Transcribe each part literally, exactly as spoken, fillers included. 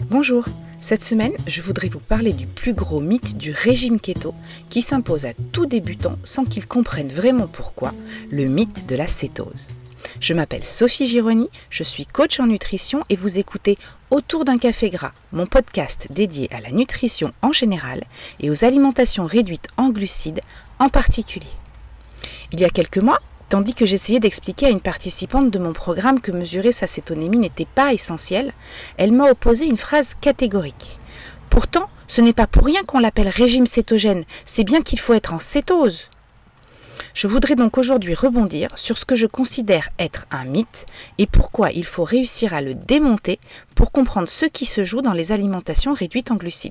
Bonjour, cette semaine, je voudrais vous parler du plus gros mythe du régime keto qui s'impose à tout débutant sans qu'il comprenne vraiment pourquoi, le mythe de la cétose. Je m'appelle Sophie Gironi, je suis coach en nutrition et vous écoutez Autour d'un café gras, mon podcast dédié à la nutrition en général et aux alimentations réduites en glucides en particulier. Il y a quelques mois, tandis que j'essayais d'expliquer à une participante de mon programme que mesurer sa cétonémie n'était pas essentiel, elle m'a opposé une phrase catégorique. Pourtant, ce n'est pas pour rien qu'on l'appelle régime cétogène, c'est bien qu'il faut être en cétose. Je voudrais donc aujourd'hui rebondir sur ce que je considère être un mythe et pourquoi il faut réussir à le démonter pour comprendre ce qui se joue dans les alimentations réduites en glucides.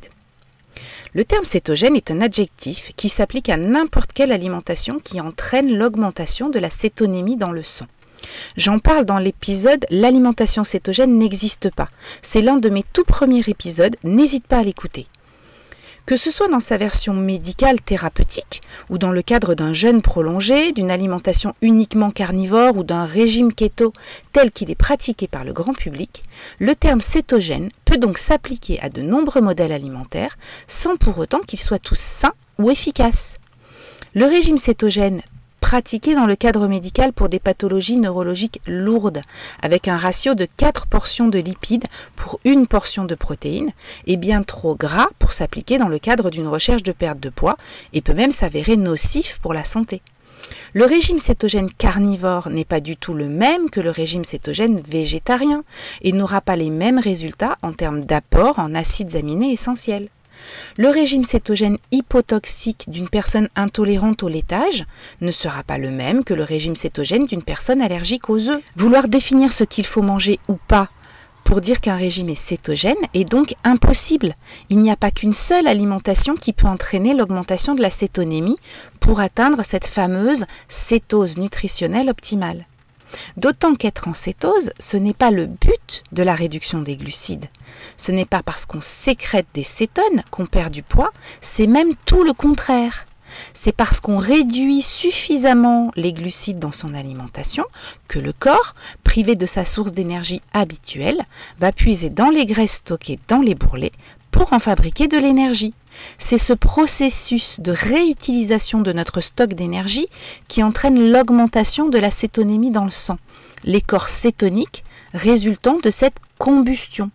Le terme cétogène est un adjectif qui s'applique à n'importe quelle alimentation qui entraîne l'augmentation de la cétonémie dans le sang. J'en parle dans l'épisode « L'alimentation cétogène n'existe pas ». C'est l'un de mes tout premiers épisodes, n'hésite pas à l'écouter. Que ce soit dans sa version médicale thérapeutique ou dans le cadre d'un jeûne prolongé, d'une alimentation uniquement carnivore ou d'un régime keto tel qu'il est pratiqué par le grand public, le terme cétogène peut donc s'appliquer à de nombreux modèles alimentaires sans pour autant qu'ils soient tous sains ou efficaces. Le régime cétogène pratiqué dans le cadre médical pour des pathologies neurologiques lourdes, avec un ratio de quatre portions de lipides pour une portion de protéines, est bien trop gras pour s'appliquer dans le cadre d'une recherche de perte de poids et peut même s'avérer nocif pour la santé. Le régime cétogène carnivore n'est pas du tout le même que le régime cétogène végétarien et n'aura pas les mêmes résultats en termes d'apport en acides aminés essentiels. Le régime cétogène hypotoxique d'une personne intolérante au laitage ne sera pas le même que le régime cétogène d'une personne allergique aux œufs. Vouloir définir ce qu'il faut manger ou pas pour dire qu'un régime est cétogène est donc impossible. Il n'y a pas qu'une seule alimentation qui peut entraîner l'augmentation de la cétonémie pour atteindre cette fameuse cétose nutritionnelle optimale. D'autant qu'être en cétose, ce n'est pas le but de la réduction des glucides. Ce n'est pas parce qu'on sécrète des cétones qu'on perd du poids, c'est même tout le contraire. C'est parce qu'on réduit suffisamment les glucides dans son alimentation que le corps, privé de sa source d'énergie habituelle, va puiser dans les graisses stockées dans les bourrelets pour en fabriquer de l'énergie. C'est ce processus de réutilisation de notre stock d'énergie qui entraîne l'augmentation de la cétonémie dans le sang, les corps cétoniques résultant de cette combustion.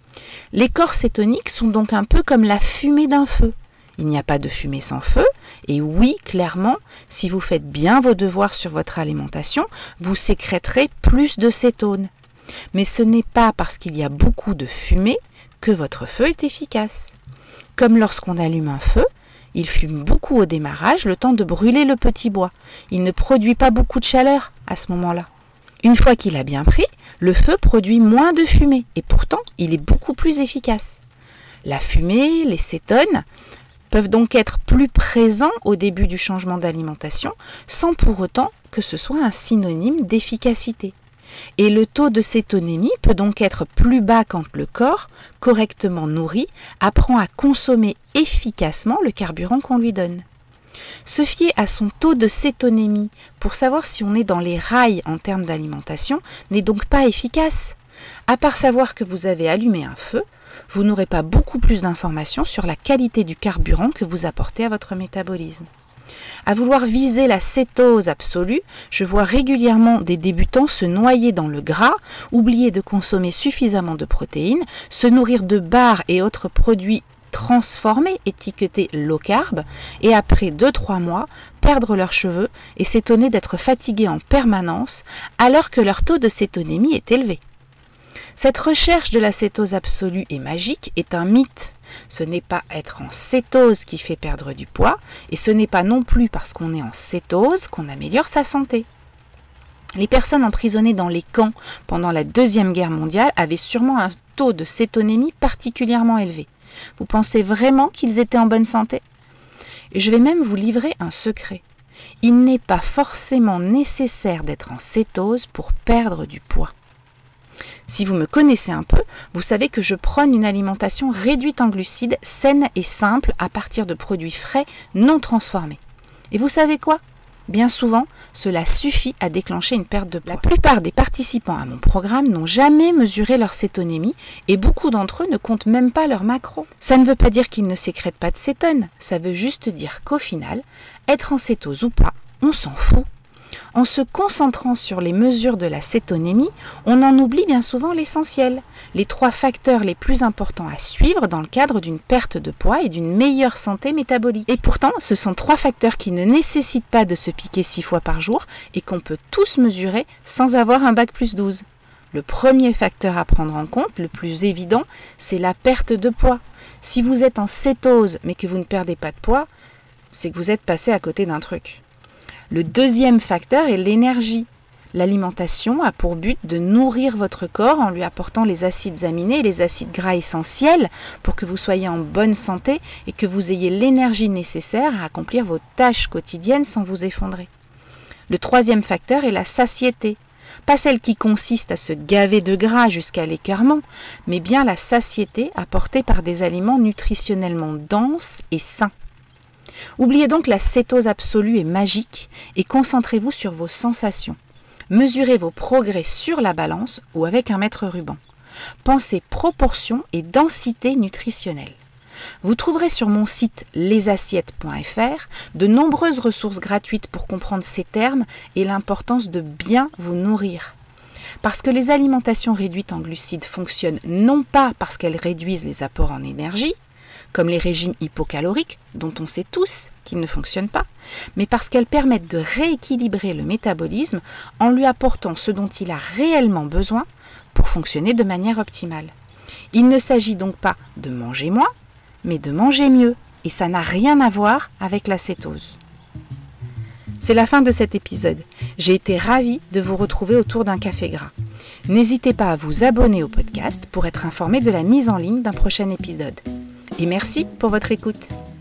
Les corps cétoniques sont donc un peu comme la fumée d'un feu. Il n'y a pas de fumée sans feu, et oui, clairement, si vous faites bien vos devoirs sur votre alimentation, vous sécréterez plus de cétone. Mais ce n'est pas parce qu'il y a beaucoup de fumée que votre feu est efficace. Comme lorsqu'on allume un feu, il fume beaucoup au démarrage, le temps de brûler le petit bois. Il ne produit pas beaucoup de chaleur à ce moment-là. Une fois qu'il a bien pris, le feu produit moins de fumée et pourtant, il est beaucoup plus efficace. La fumée, les cétones peuvent donc être plus présents au début du changement d'alimentation sans pour autant que ce soit un synonyme d'efficacité. Et le taux de cétonémie peut donc être plus bas quand le corps, correctement nourri, apprend à consommer efficacement le carburant qu'on lui donne. Se fier à son taux de cétonémie pour savoir si on est dans les rails en termes d'alimentation n'est donc pas efficace. À part savoir que vous avez allumé un feu, vous n'aurez pas beaucoup plus d'informations sur la qualité du carburant que vous apportez à votre métabolisme. À vouloir viser la cétose absolue, je vois régulièrement des débutants se noyer dans le gras, oublier de consommer suffisamment de protéines, se nourrir de barres et autres produits transformés étiquetés low carb et après deux à trois mois, perdre leurs cheveux et s'étonner d'être fatigués en permanence alors que leur taux de cétonémie est élevé. Cette recherche de la cétose absolue et magique est un mythe. Ce n'est pas être en cétose qui fait perdre du poids et ce n'est pas non plus parce qu'on est en cétose qu'on améliore sa santé. Les personnes emprisonnées dans les camps pendant la Deuxième Guerre mondiale avaient sûrement un taux de cétonémie particulièrement élevé. Vous pensez vraiment qu'ils étaient en bonne santé ? Et je vais même vous livrer un secret. Il n'est pas forcément nécessaire d'être en cétose pour perdre du poids. Si vous me connaissez un peu, vous savez que je prône une alimentation réduite en glucides, saine et simple à partir de produits frais non transformés. Et vous savez quoi ? Bien souvent, cela suffit à déclencher une perte de poids. La plupart des participants à mon programme n'ont jamais mesuré leur cétonémie et beaucoup d'entre eux ne comptent même pas leurs macros. Ça ne veut pas dire qu'ils ne sécrètent pas de cétone, ça veut juste dire qu'au final, être en cétose ou pas, on s'en fout. En se concentrant sur les mesures de la cétonémie, on en oublie bien souvent l'essentiel, les trois facteurs les plus importants à suivre dans le cadre d'une perte de poids et d'une meilleure santé métabolique. Et pourtant, ce sont trois facteurs qui ne nécessitent pas de se piquer six fois par jour et qu'on peut tous mesurer sans avoir un bac plus douze. Le premier facteur à prendre en compte, le plus évident, c'est la perte de poids. Si vous êtes en cétose mais que vous ne perdez pas de poids, c'est que vous êtes passé à côté d'un truc. Le deuxième facteur est l'énergie. L'alimentation a pour but de nourrir votre corps en lui apportant les acides aminés et les acides gras essentiels pour que vous soyez en bonne santé et que vous ayez l'énergie nécessaire à accomplir vos tâches quotidiennes sans vous effondrer. Le troisième facteur est la satiété. Pas celle qui consiste à se gaver de gras jusqu'à l'écœurement, mais bien la satiété apportée par des aliments nutritionnellement denses et sains. Oubliez donc la cétose absolue et magique et concentrez-vous sur vos sensations. Mesurez vos progrès sur la balance ou avec un mètre ruban. Pensez proportion et densité nutritionnelle. Vous trouverez sur mon site les assiettes point f r de nombreuses ressources gratuites pour comprendre ces termes et l'importance de bien vous nourrir. Parce que les alimentations réduites en glucides fonctionnent non pas parce qu'elles réduisent les apports en énergie, comme les régimes hypocaloriques, dont on sait tous qu'ils ne fonctionnent pas, mais parce qu'elles permettent de rééquilibrer le métabolisme en lui apportant ce dont il a réellement besoin pour fonctionner de manière optimale. Il ne s'agit donc pas de manger moins, mais de manger mieux, et ça n'a rien à voir avec la cétose. C'est la fin de cet épisode. J'ai été ravie de vous retrouver autour d'un café gras. N'hésitez pas à vous abonner au podcast pour être informé de la mise en ligne d'un prochain épisode. Et merci pour votre écoute.